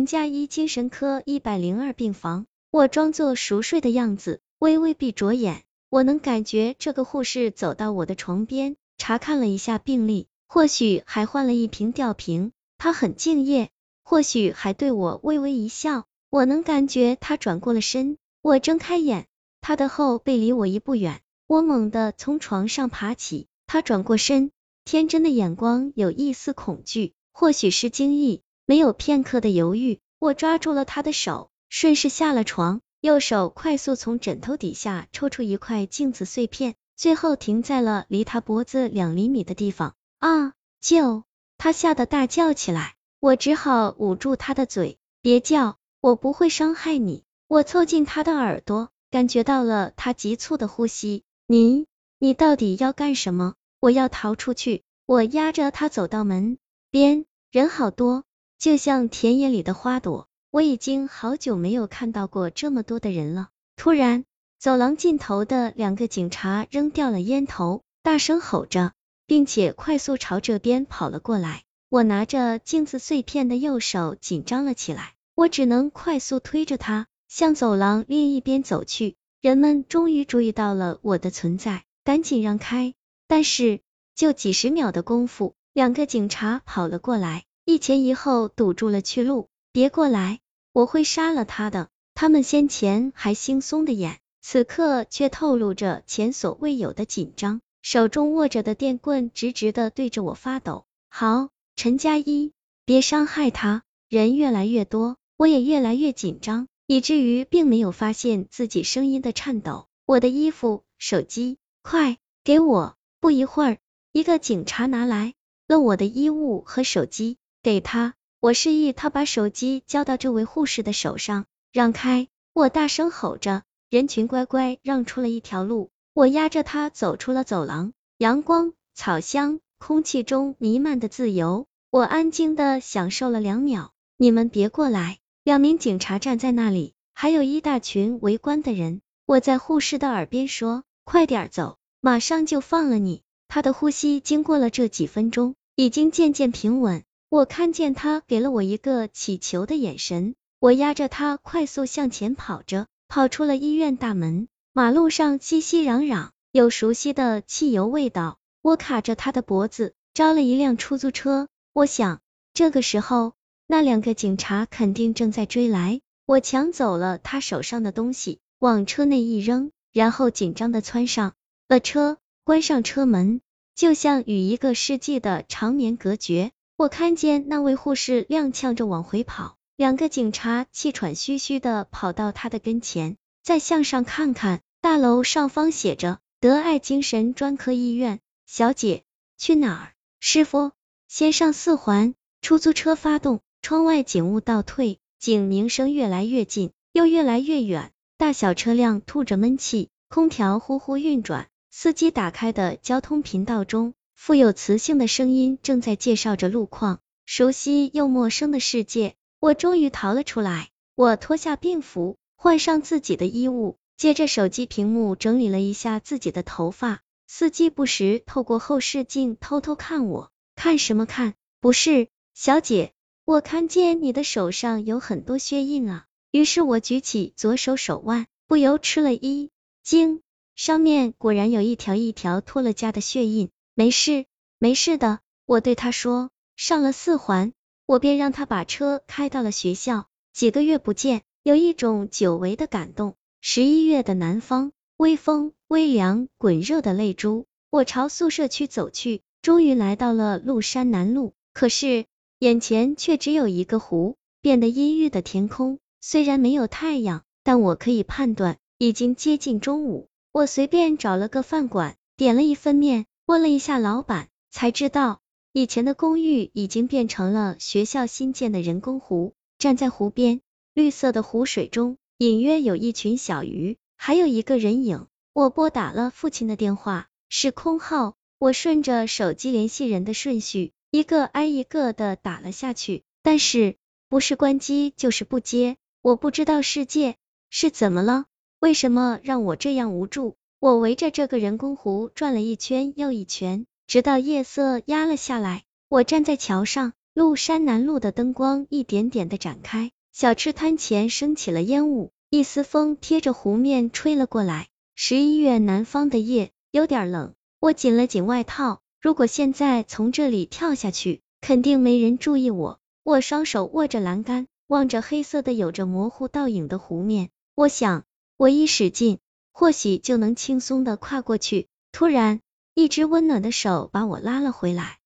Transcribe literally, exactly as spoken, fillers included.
加一精神科一百零二病房，我装作熟睡的样子，微微闭着眼。我能感觉这个护士走到我的床边，查看了一下病历，或许还换了一瓶吊瓶。他很敬业，或许还对我微微一笑。我能感觉他转过了身，我睁开眼，他的后背离我一步远，我猛地从床上爬起，他转过身，天真的眼光有一丝恐惧，或许是惊异，没有片刻的犹豫，我抓住了他的手，顺势下了床，右手快速从枕头底下抽出一块镜子碎片，最后停在了离他脖子两厘米的地方。啊！救！他吓得大叫起来，我只好捂住他的嘴，别叫，我不会伤害你。我凑近他的耳朵，感觉到了他急促的呼吸。你，你到底要干什么？我要逃出去。我压着他走到门边，人好多，就像田野里的花朵。我已经好久没有看到过这么多的人了。突然，走廊尽头的两个警察扔掉了烟头，大声吼着，并且快速朝这边跑了过来。我拿着镜子碎片的右手紧张了起来，我只能快速推着他向走廊另一边走去。人们终于注意到了我的存在，赶紧让开。但是就几十秒的功夫，两个警察跑了过来，一前一后堵住了去路。别过来，我会杀了他的。他们先前还惺忪的眼，此刻却透露着前所未有的紧张，手中握着的电棍直直的对着我发抖。好，陈佳一，别伤害他。人越来越多，我也越来越紧张，以至于并没有发现自己声音的颤抖。我的衣服，手机，快给我。不一会儿，一个警察拿来了我的衣物和手机，给他。我示意他把手机交到这位护士的手上。让开！我大声吼着，人群乖乖让出了一条路。我压着他走出了走廊，阳光、草香，空气中弥漫的自由。我安静的享受了两秒。你们别过来！两名警察站在那里，还有一大群围观的人。我在护士的耳边说，快点走，马上就放了你。他的呼吸经过了这几分钟，已经渐渐平稳。我看见他给了我一个乞求的眼神，我压着他快速向前跑着，跑出了医院大门。马路上熙熙攘攘，有熟悉的汽油味道。我卡着他的脖子，招了一辆出租车。我想，这个时候，那两个警察肯定正在追来。我抢走了他手上的东西，往车内一扔，然后紧张的窜上了车，关上车门，就像与一个世纪的长眠隔绝。我看见那位护士踉跄着往回跑，两个警察气喘吁吁的跑到他的跟前，再向上看看，大楼上方写着德爱精神专科医院。小姐，去哪儿？师傅，先上四环。出租车发动，窗外警务倒退，警鸣声越来越近，又越来越远，大小车辆吐着闷气，空调呼呼运转，司机打开的交通频道中富有磁性的声音正在介绍着路况。熟悉又陌生的世界，我终于逃了出来。我脱下病服，换上自己的衣物，接着手机屏幕整理了一下自己的头发。司机不时透过后视镜偷偷看我。看什么看？不是，小姐，我看见你的手上有很多血印啊。于是我举起左手手腕，不由吃了一惊，上面果然有一条一条脱了痂的血印。没事，没事的，我对他说。上了四环，我便让他把车开到了学校。几个月不见，有一种久违的感动。十一月的南方，微风微凉，滚热的泪珠。我朝宿舍区走去，终于来到了麓山南路。可是眼前却只有一个湖，变得阴郁的天空。虽然没有太阳，但我可以判断已经接近中午。我随便找了个饭馆，点了一份面，问了一下老板，才知道以前的公寓已经变成了学校新建的人工湖。站在湖边，绿色的湖水中隐约有一群小鱼，还有一个人影。我拨打了父亲的电话，是空号。我顺着手机联系人的顺序，一个挨一个的打了下去，但是不是关机就是不接。我不知道世界是怎么了，为什么让我这样无助？我围着这个人工湖转了一圈又一圈，直到夜色压了下来。我站在桥上， 麓山南路的灯光一点点的展开，小吃摊前升起了烟雾，一丝风贴着湖面吹了过来。十一月南方的夜有点冷，我紧了紧外套，如果现在从这里跳下去，肯定没人注意我。我双手握着栏杆，望着黑色的有着模糊倒影的湖面，我想，我一使劲，或许就能轻松的跨过去。突然，一只温暖的手把我拉了回来，